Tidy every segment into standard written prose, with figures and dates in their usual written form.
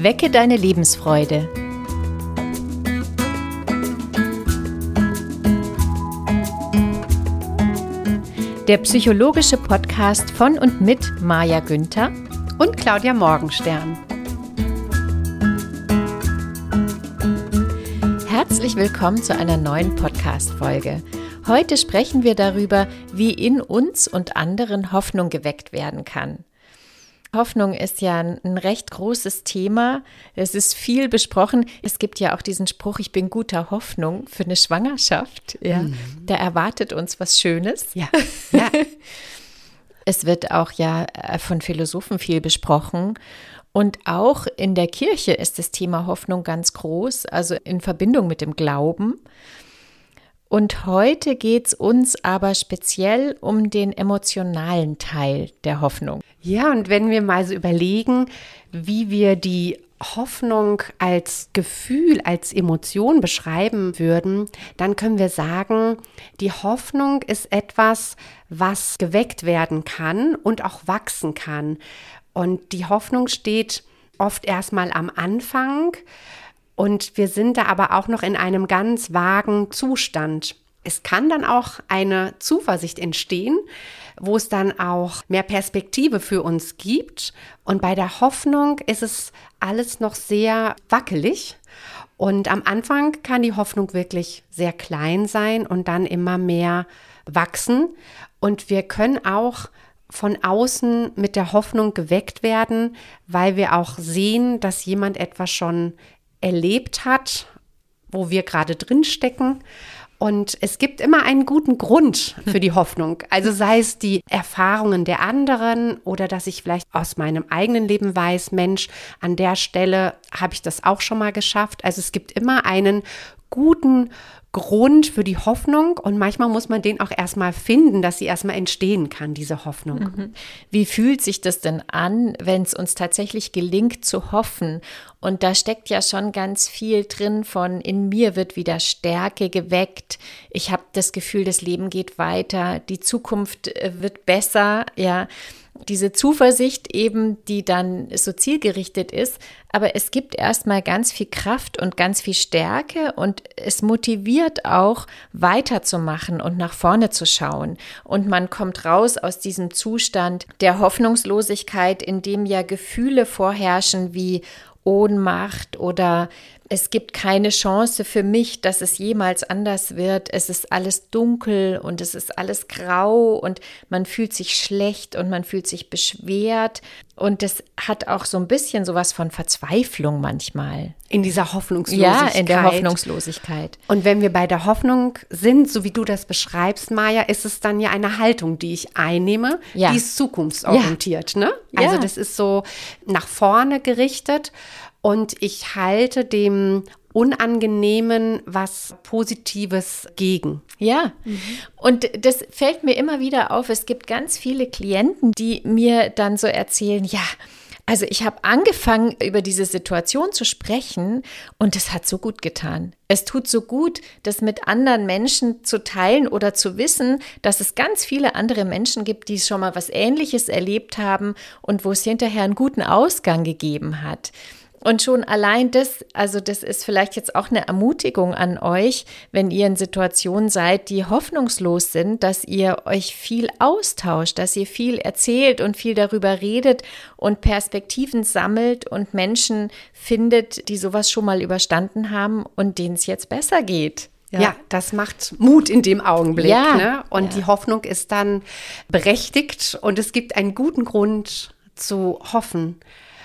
Wecke deine Lebensfreude. Der psychologische Podcast von und mit Maja Günther und Claudia Morgenstern. Herzlich willkommen zu einer neuen Podcast-Folge. Heute sprechen wir darüber, wie in uns und anderen Hoffnung geweckt werden kann. Hoffnung ist ja ein recht großes Thema. Es ist viel besprochen. Es gibt ja auch diesen Spruch, ich bin guter Hoffnung für eine Schwangerschaft. Ja. Da erwartet uns was Schönes. Ja. Es wird auch ja von Philosophen viel besprochen. Und auch in der Kirche ist das Thema Hoffnung ganz groß, also in Verbindung mit dem Glauben. Und heute geht es uns aber speziell um den emotionalen Teil der Hoffnung. Ja, und wenn wir mal so überlegen, wie wir die Hoffnung als Gefühl, als Emotion beschreiben würden, dann können wir sagen, die Hoffnung ist etwas, was geweckt werden kann und auch wachsen kann. Und die Hoffnung steht oft erstmal am Anfang. Und wir sind da aber auch noch in einem ganz vagen Zustand. Es kann dann auch eine Zuversicht entstehen, wo es dann auch mehr Perspektive für uns gibt. Und bei der Hoffnung ist es alles noch sehr wackelig. Und am Anfang kann die Hoffnung wirklich sehr klein sein und dann immer mehr wachsen. Und wir können auch von außen mit der Hoffnung geweckt werden, weil wir auch sehen, dass jemand etwas schon erlebt hat, wo wir gerade drin stecken. Und es gibt immer einen guten Grund für die Hoffnung. Also sei es die Erfahrungen der anderen oder dass ich vielleicht aus meinem eigenen Leben weiß, Mensch, an der Stelle habe ich das auch schon mal geschafft. Also es gibt immer einen guten Grund für die Hoffnung und manchmal muss man den auch erstmal finden, dass sie erstmal entstehen kann, diese Hoffnung. Wie fühlt sich das denn an, wenn es uns tatsächlich gelingt zu hoffen? Und da steckt ja schon ganz viel drin von, in mir wird wieder Stärke geweckt. Ich habe das Gefühl, das Leben geht weiter, die Zukunft wird besser, ja. Diese Zuversicht eben, die dann so zielgerichtet ist, aber es gibt erstmal ganz viel Kraft und ganz viel Stärke und es motiviert auch weiterzumachen und nach vorne zu schauen und man kommt raus aus diesem Zustand der Hoffnungslosigkeit, in dem ja Gefühle vorherrschen wie Ohnmacht oder es gibt keine Chance für mich, dass es jemals anders wird. Es ist alles dunkel und es ist alles grau und man fühlt sich schlecht und man fühlt sich beschwert. Und das hat auch so ein bisschen sowas von Verzweiflung manchmal. In dieser Hoffnungslosigkeit. Ja, in der Hoffnungslosigkeit. Und wenn wir bei der Hoffnung sind, so wie du das beschreibst, Maja, ist es dann ja eine Haltung, die ich einnehme, die ist zukunftsorientiert. Ne? Also das ist so nach vorne gerichtet. Und ich halte dem Unangenehmen was Positives gegen. Ja, und das fällt mir immer wieder auf. Es gibt ganz viele Klienten, die mir dann so erzählen, ja, also ich habe angefangen, über diese Situation zu sprechen und es hat so gut getan. Es tut so gut, das mit anderen Menschen zu teilen oder zu wissen, dass es ganz viele andere Menschen gibt, die schon mal was Ähnliches erlebt haben und wo es hinterher einen guten Ausgang gegeben hat. Und schon allein das, also das ist vielleicht jetzt auch eine Ermutigung an euch, wenn ihr in Situationen seid, die hoffnungslos sind, dass ihr euch viel austauscht, dass ihr viel erzählt und viel darüber redet und Perspektiven sammelt und Menschen findet, die sowas schon mal überstanden haben und denen es jetzt besser geht. Ja, das macht Mut in dem Augenblick. Ja, ne? Und die Hoffnung ist dann berechtigt und es gibt einen guten Grund zu hoffen.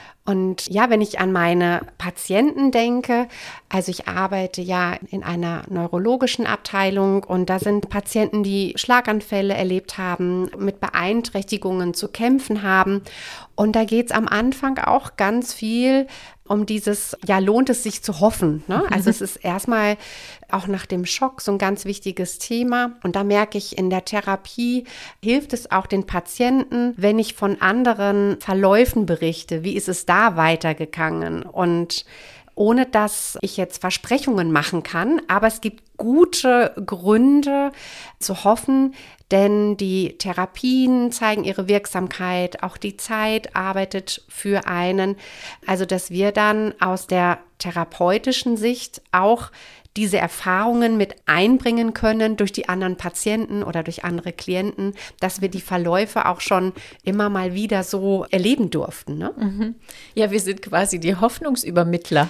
Und ja, wenn ich an meine Patienten denke, also ich arbeite ja in einer neurologischen Abteilung und da sind Patienten, die Schlaganfälle erlebt haben, mit Beeinträchtigungen zu kämpfen haben. Und da geht es am Anfang auch ganz viel um dieses, ja, lohnt es sich zu hoffen, ne? Also es ist erstmal auch nach dem Schock so ein ganz wichtiges Thema. Und da merke ich, in der Therapie hilft es auch den Patienten, wenn ich von anderen Verläufen berichte, wie ist es da weitergegangen? Und ohne dass ich jetzt Versprechungen machen kann. Aber es gibt gute Gründe zu hoffen, denn die Therapien zeigen ihre Wirksamkeit, auch die Zeit arbeitet für einen. Also, dass wir dann aus der therapeutischen Sicht auch diese Erfahrungen mit einbringen können durch die anderen Patienten oder durch andere Klienten, dass wir die Verläufe auch schon immer mal wieder so erleben durften. Ne? Mhm. Ja, wir sind quasi die Hoffnungsübermittler.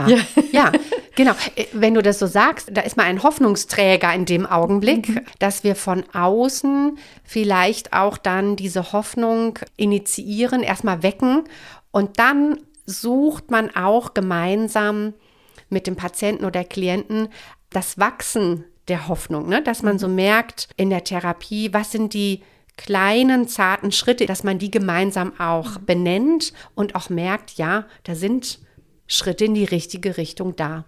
Ja, genau. Wenn du das so sagst, da ist mal ein Hoffnungsträger in dem Augenblick, dass wir von außen vielleicht auch dann diese Hoffnung initiieren, erstmal wecken und dann sucht man auch gemeinsam mit dem Patienten oder Klienten das Wachsen der Hoffnung, ne? Dass man so merkt in der Therapie, was sind die kleinen, zarten Schritte, dass man die gemeinsam auch benennt und auch merkt, ja, da sind Schritte in die richtige Richtung da.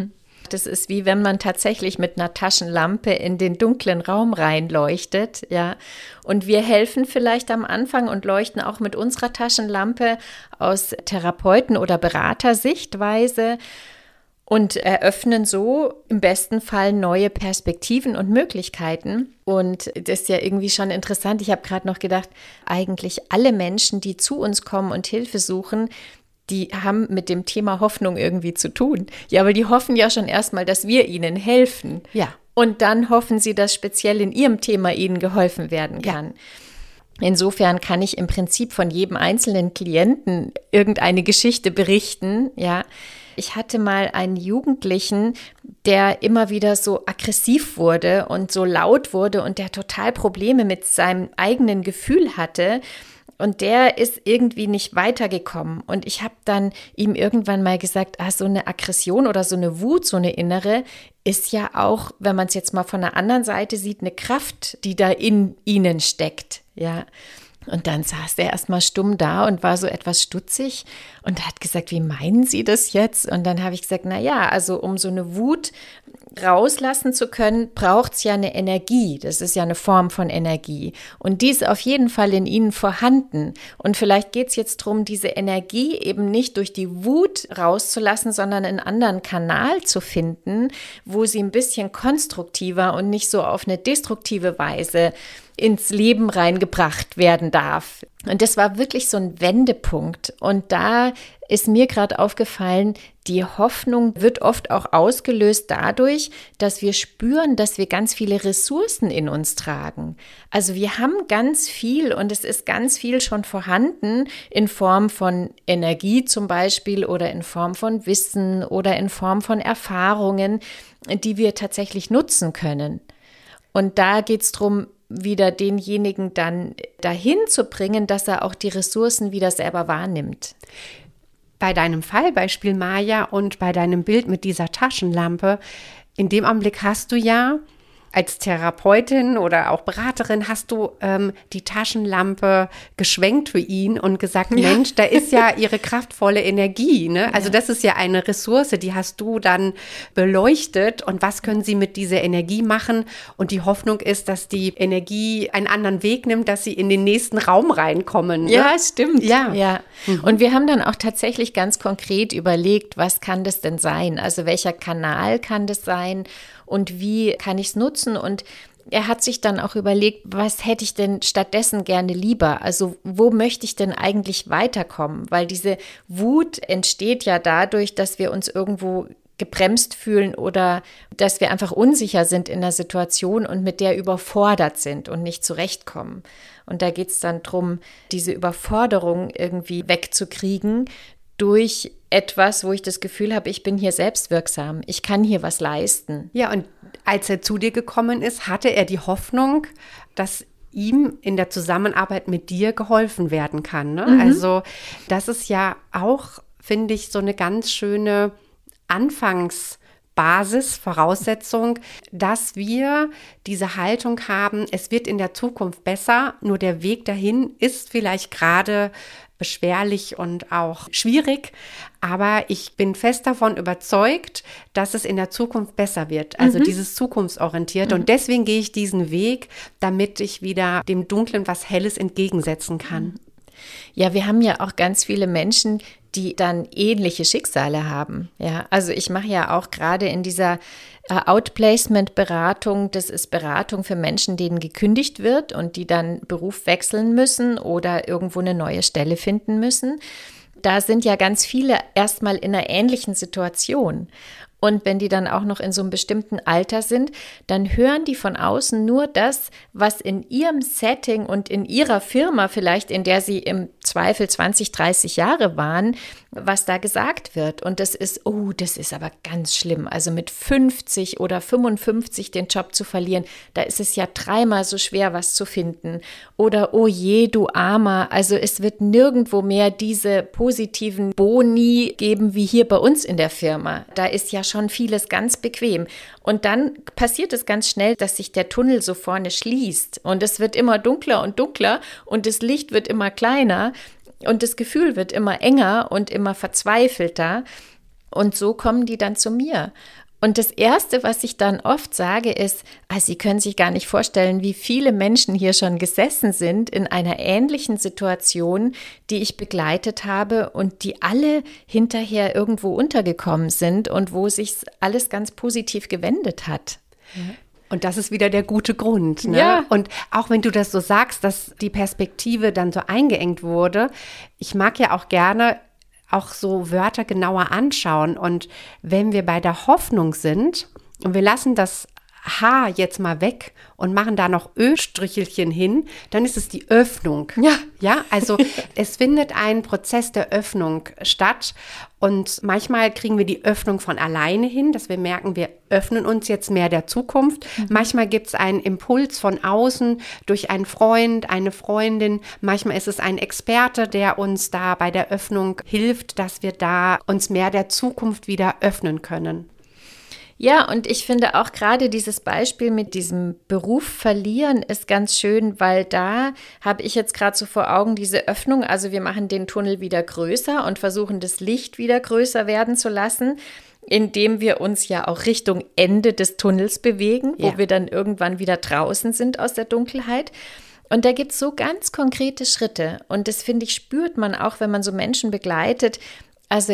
Das ist wie wenn man tatsächlich mit einer Taschenlampe in den dunklen Raum reinleuchtet, ja. Und wir helfen vielleicht am Anfang und leuchten auch mit unserer Taschenlampe aus Therapeuten- oder Beratersichtweise und eröffnen so im besten Fall neue Perspektiven und Möglichkeiten. Und das ist ja irgendwie schon interessant. Ich habe gerade noch gedacht, eigentlich alle Menschen, die zu uns kommen und Hilfe suchen, die haben mit dem Thema Hoffnung irgendwie zu tun. Ja, aber die hoffen ja schon erstmal, dass wir ihnen helfen. Ja. Und dann hoffen sie, dass speziell in ihrem Thema ihnen geholfen werden kann. Ja. Insofern kann ich im Prinzip von jedem einzelnen Klienten irgendeine Geschichte berichten, ja. Ich hatte mal einen Jugendlichen, der immer wieder so aggressiv wurde und so laut wurde und der total Probleme mit seinem eigenen Gefühl hatte. Und der ist irgendwie nicht weitergekommen. Und ich habe dann ihm irgendwann mal gesagt, so eine Aggression oder so eine Wut, so eine innere, ist ja auch, wenn man es jetzt mal von der anderen Seite sieht, eine Kraft, die da in ihnen steckt, ja. Und dann saß er erstmal stumm da und war so etwas stutzig und hat gesagt, wie meinen Sie das jetzt? Und dann habe ich gesagt, also um so eine Wut rauslassen zu können, braucht es ja eine Energie. Das ist ja eine Form von Energie. Und die ist auf jeden Fall in Ihnen vorhanden. Und vielleicht geht es jetzt darum, diese Energie eben nicht durch die Wut rauszulassen, sondern einen anderen Kanal zu finden, wo sie ein bisschen konstruktiver und nicht so auf eine destruktive Weise ins Leben reingebracht werden darf. Und das war wirklich so ein Wendepunkt. Und da ist mir gerade aufgefallen, die Hoffnung wird oft auch ausgelöst dadurch, dass wir spüren, dass wir ganz viele Ressourcen in uns tragen. Also wir haben ganz viel und es ist ganz viel schon vorhanden in Form von Energie zum Beispiel oder in Form von Wissen oder in Form von Erfahrungen, die wir tatsächlich nutzen können. Und da geht es darum, wieder denjenigen dann dahin zu bringen, dass er auch die Ressourcen wieder selber wahrnimmt. Bei deinem Fallbeispiel, Maja, und bei deinem Bild mit dieser Taschenlampe, in dem Augenblick hast du ja als Therapeutin oder auch Beraterin hast du die Taschenlampe geschwenkt für ihn und gesagt, Mensch, da ist ja ihre kraftvolle Energie, ne? Also das ist ja eine Ressource, die hast du dann beleuchtet und was können sie mit dieser Energie machen? Und die Hoffnung ist, dass die Energie einen anderen Weg nimmt, dass sie in den nächsten Raum reinkommen. Ne? Ja, stimmt. Ja. Und wir haben dann auch tatsächlich ganz konkret überlegt, was kann das denn sein? Also welcher Kanal kann das sein? Und wie kann ich es nutzen? Und er hat sich dann auch überlegt, was hätte ich denn stattdessen gerne lieber? Also wo möchte ich denn eigentlich weiterkommen? Weil diese Wut entsteht ja dadurch, dass wir uns irgendwo gebremst fühlen oder dass wir einfach unsicher sind in der Situation und mit der überfordert sind und nicht zurechtkommen. Und da geht es dann darum, diese Überforderung irgendwie wegzukriegen durch etwas, wo ich das Gefühl habe, ich bin hier selbstwirksam, ich kann hier was leisten. Ja, und als er zu dir gekommen ist, hatte er die Hoffnung, dass ihm in der Zusammenarbeit mit dir geholfen werden kann. Ne? Also das ist ja auch, finde ich, so eine ganz schöne Anfangsbasis, Voraussetzung, dass wir diese Haltung haben, es wird in der Zukunft besser, nur der Weg dahin ist vielleicht gerade beschwerlich und auch schwierig, aber ich bin fest davon überzeugt, dass es in der Zukunft besser wird, also dieses zukunftsorientierte und deswegen gehe ich diesen Weg, damit ich wieder dem Dunklen was Helles entgegensetzen kann. Ja, wir haben ja auch ganz viele Menschen, die dann ähnliche Schicksale haben. Ja, also ich mache ja auch gerade in dieser Outplacement-Beratung, das ist Beratung für Menschen, denen gekündigt wird und die dann Beruf wechseln müssen oder irgendwo eine neue Stelle finden müssen. Da sind ja ganz viele erstmal in einer ähnlichen Situation. Und wenn die dann auch noch in so einem bestimmten Alter sind, dann hören die von außen nur das, was in ihrem Setting und in ihrer Firma vielleicht, in der sie im Zweifel 20, 30 Jahre waren, was da gesagt wird. Und das ist aber ganz schlimm. Also mit 50 oder 55 den Job zu verlieren, da ist es ja 3-mal so schwer, was zu finden. Oder, oh je, du Armer. Also es wird nirgendwo mehr diese positiven Boni geben, wie hier bei uns in der Firma. Da ist ja schon vieles ganz bequem. Und dann passiert es ganz schnell, dass sich der Tunnel so vorne schließt. Und es wird immer dunkler und dunkler und das Licht wird immer kleiner. Und das Gefühl wird immer enger und immer verzweifelter. Und so kommen die dann zu mir. Und das Erste, was ich dann oft sage, ist, Sie können sich gar nicht vorstellen, wie viele Menschen hier schon gesessen sind in einer ähnlichen Situation, die ich begleitet habe und die alle hinterher irgendwo untergekommen sind und wo sich alles ganz positiv gewendet hat. Ja. Und das ist wieder der gute Grund. Ne? Ja. Und auch wenn du das so sagst, dass die Perspektive dann so eingeengt wurde, ich mag ja auch gerne auch so Wörter genauer anschauen. Und wenn wir bei der Hoffnung sind und wir lassen das H jetzt mal weg und machen da noch Ö-Strichelchen hin, dann ist es die Öffnung. Ja, also es findet ein Prozess der Öffnung statt und manchmal kriegen wir die Öffnung von alleine hin, dass wir merken, wir öffnen uns jetzt mehr der Zukunft. Manchmal gibt es einen Impuls von außen durch einen Freund, eine Freundin. Manchmal ist es ein Experte, der uns da bei der Öffnung hilft, dass wir da uns mehr der Zukunft wieder öffnen können. Ja, und ich finde auch gerade dieses Beispiel mit diesem Beruf verlieren ist ganz schön, weil da habe ich jetzt gerade so vor Augen diese Öffnung. Also wir machen den Tunnel wieder größer und versuchen das Licht wieder größer werden zu lassen, indem wir uns ja auch Richtung Ende des Tunnels bewegen, wo wir dann irgendwann wieder draußen sind aus der Dunkelheit. Und da gibt es so ganz konkrete Schritte. Und das, finde ich, spürt man auch, wenn man so Menschen begleitet. Also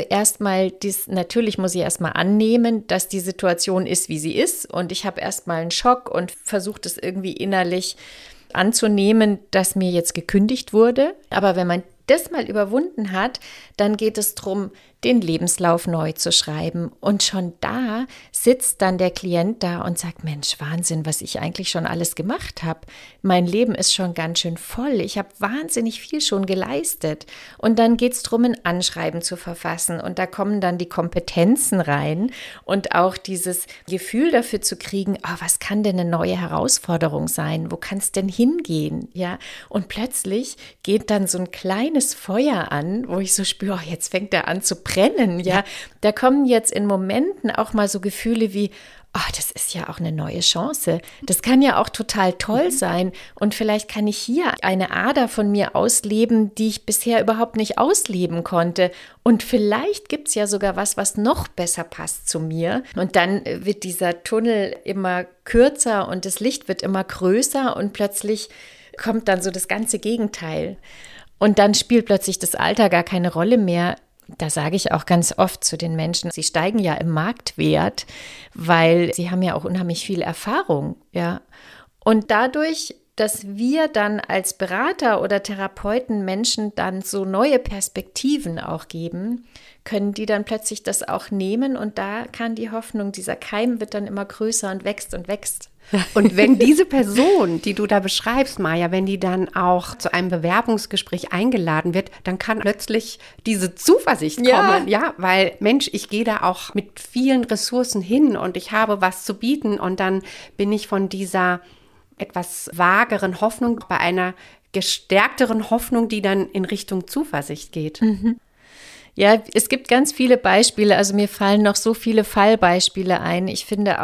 natürlich muss ich erstmal annehmen, dass die Situation ist, wie sie ist. Und ich habe erstmal einen Schock und versuche das irgendwie innerlich anzunehmen, dass mir jetzt gekündigt wurde. Aber wenn man das mal überwunden hat, dann geht es darum, den Lebenslauf neu zu schreiben. Und schon da sitzt dann der Klient da und sagt, Mensch, Wahnsinn, was ich eigentlich schon alles gemacht habe. Mein Leben ist schon ganz schön voll. Ich habe wahnsinnig viel schon geleistet. Und dann geht es darum, ein Anschreiben zu verfassen. Und da kommen dann die Kompetenzen rein und auch dieses Gefühl dafür zu kriegen, was kann denn eine neue Herausforderung sein? Wo kann es denn hingehen? Ja? Und plötzlich geht dann so ein kleines Feuer an, wo ich so spüre, jetzt fängt er an zu brennen, ja. Da kommen jetzt in Momenten auch mal so Gefühle wie, das ist ja auch eine neue Chance. Das kann ja auch total toll sein. Und vielleicht kann ich hier eine Ader von mir ausleben, die ich bisher überhaupt nicht ausleben konnte. Und vielleicht gibt es ja sogar was noch besser passt zu mir. Und dann wird dieser Tunnel immer kürzer und das Licht wird immer größer und plötzlich kommt dann so das ganze Gegenteil. Und dann spielt plötzlich das Alter gar keine Rolle mehr. Da sage ich auch ganz oft zu den Menschen, sie steigen ja im Marktwert, weil sie haben ja auch unheimlich viel Erfahrung, ja. Und dadurch, dass wir dann als Berater oder Therapeuten Menschen dann so neue Perspektiven auch geben, können die dann plötzlich das auch nehmen und da kann die Hoffnung, dieser Keim wird dann immer größer und wächst und wächst. Und wenn diese Person, die du da beschreibst, Maja, wenn die dann auch zu einem Bewerbungsgespräch eingeladen wird, dann kann plötzlich diese Zuversicht kommen. Ja, weil Mensch, ich gehe da auch mit vielen Ressourcen hin und ich habe was zu bieten und dann bin ich von dieser etwas vageren Hoffnung bei einer gestärkteren Hoffnung, die dann in Richtung Zuversicht geht. Mhm. Ja, es gibt ganz viele Beispiele, also mir fallen noch so viele Fallbeispiele ein. Ich finde auch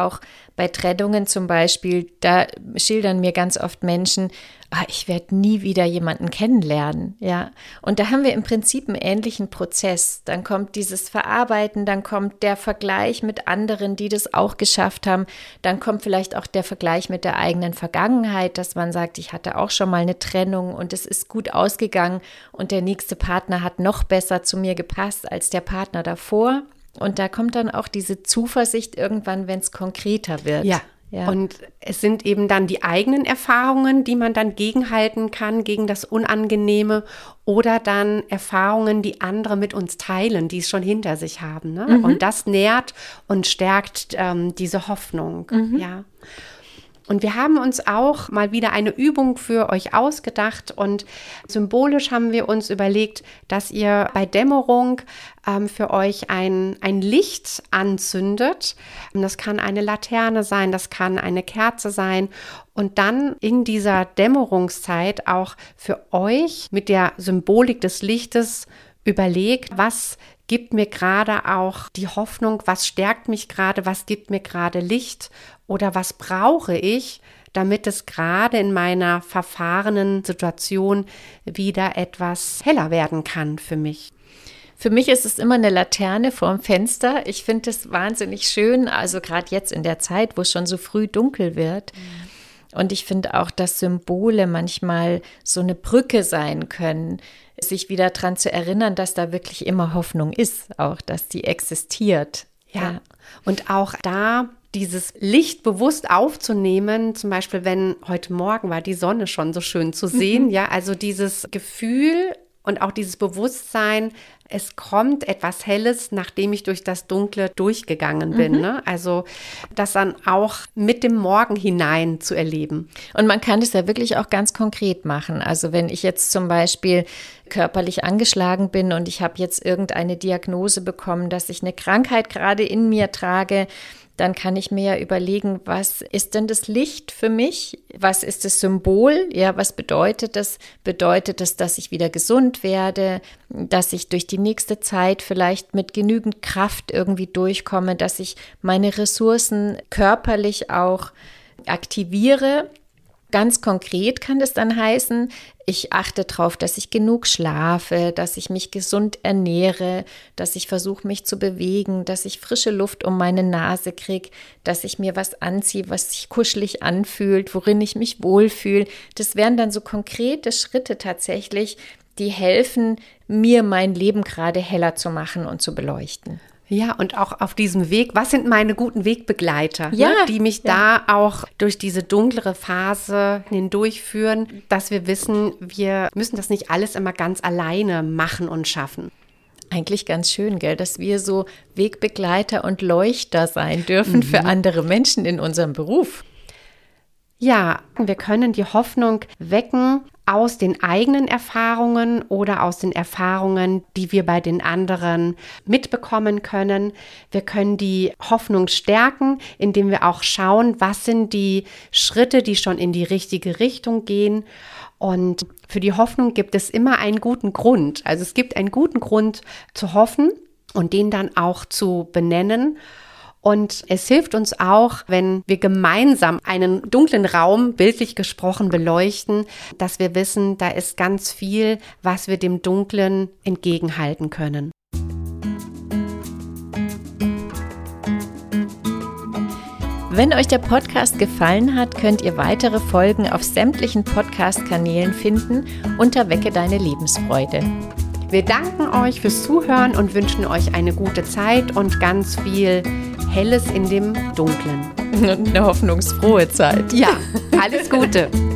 Bei Trennungen zum Beispiel, da schildern mir ganz oft Menschen, ich werde nie wieder jemanden kennenlernen, ja. Und da haben wir im Prinzip einen ähnlichen Prozess. Dann kommt dieses Verarbeiten, dann kommt der Vergleich mit anderen, die das auch geschafft haben. Dann kommt vielleicht auch der Vergleich mit der eigenen Vergangenheit, dass man sagt, ich hatte auch schon mal eine Trennung und es ist gut ausgegangen und der nächste Partner hat noch besser zu mir gepasst als der Partner davor. Und da kommt dann auch diese Zuversicht irgendwann, wenn es konkreter wird. Ja. Und es sind eben dann die eigenen Erfahrungen, die man dann gegenhalten kann, gegen das Unangenehme oder dann Erfahrungen, die andere mit uns teilen, die es schon hinter sich haben. Ne? Und das nährt und stärkt diese Hoffnung. Ja. Und wir haben uns auch mal wieder eine Übung für euch ausgedacht und symbolisch haben wir uns überlegt, dass ihr bei Dämmerung für euch ein Licht anzündet. Das kann eine Laterne sein, das kann eine Kerze sein und dann in dieser Dämmerungszeit auch für euch mit der Symbolik des Lichtes überlegt, was gibt mir gerade auch die Hoffnung, was stärkt mich gerade, was gibt mir gerade Licht oder was brauche ich, damit es gerade in meiner verfahrenen Situation wieder etwas heller werden kann für mich. Für mich ist es immer eine Laterne vorm Fenster. Ich finde es wahnsinnig schön, also gerade jetzt in der Zeit, wo es schon so früh dunkel wird. Und ich finde auch, dass Symbole manchmal so eine Brücke sein können, sich wieder daran zu erinnern, dass da wirklich immer Hoffnung ist, auch dass die existiert. Ja. Und auch da dieses Licht bewusst aufzunehmen, zum Beispiel, wenn heute Morgen war die Sonne schon so schön zu sehen, ja, also dieses Gefühl und auch dieses Bewusstsein, es kommt etwas Helles, nachdem ich durch das Dunkle durchgegangen bin. Ne? Also das dann auch mit dem Morgen hinein zu erleben. Und man kann das ja wirklich auch ganz konkret machen. Also wenn ich jetzt zum Beispiel körperlich angeschlagen bin und ich habe jetzt irgendeine Diagnose bekommen, dass ich eine Krankheit gerade in mir trage, dann kann ich mir ja überlegen, was ist denn das Licht für mich? Was ist das Symbol? Ja, was bedeutet das? Bedeutet es, dass ich wieder gesund werde, dass ich durch die nächste Zeit vielleicht mit genügend Kraft irgendwie durchkomme, dass ich meine Ressourcen körperlich auch aktiviere? Ganz konkret kann das dann heißen, ich achte darauf, dass ich genug schlafe, dass ich mich gesund ernähre, dass ich versuche, mich zu bewegen, dass ich frische Luft um meine Nase kriege, dass ich mir was anziehe, was sich kuschelig anfühlt, worin ich mich wohlfühle. Das wären dann so konkrete Schritte tatsächlich, die helfen, mir mein Leben gerade heller zu machen und zu beleuchten. Ja, und auch auf diesem Weg, was sind meine guten Wegbegleiter, ne, die mich da auch durch diese dunklere Phase hindurchführen, dass wir wissen, wir müssen das nicht alles immer ganz alleine machen und schaffen. Eigentlich ganz schön, gell, dass wir so Wegbegleiter und Leuchter sein dürfen für andere Menschen in unserem Beruf. Ja, wir können die Hoffnung wecken aus den eigenen Erfahrungen oder aus den Erfahrungen, die wir bei den anderen mitbekommen können. Wir können die Hoffnung stärken, indem wir auch schauen, was sind die Schritte, die schon in die richtige Richtung gehen. Und für die Hoffnung gibt es immer einen guten Grund. Also es gibt einen guten Grund zu hoffen und den dann auch zu benennen. Und es hilft uns auch, wenn wir gemeinsam einen dunklen Raum, bildlich gesprochen, beleuchten, dass wir wissen, da ist ganz viel, was wir dem Dunklen entgegenhalten können. Wenn euch der Podcast gefallen hat, könnt ihr weitere Folgen auf sämtlichen Podcast-Kanälen finden unter Wecke deine Lebensfreude. Wir danken euch fürs Zuhören und wünschen euch eine gute Zeit und ganz viel Helles in dem Dunklen. Und eine hoffnungsfrohe Zeit. Ja, alles Gute.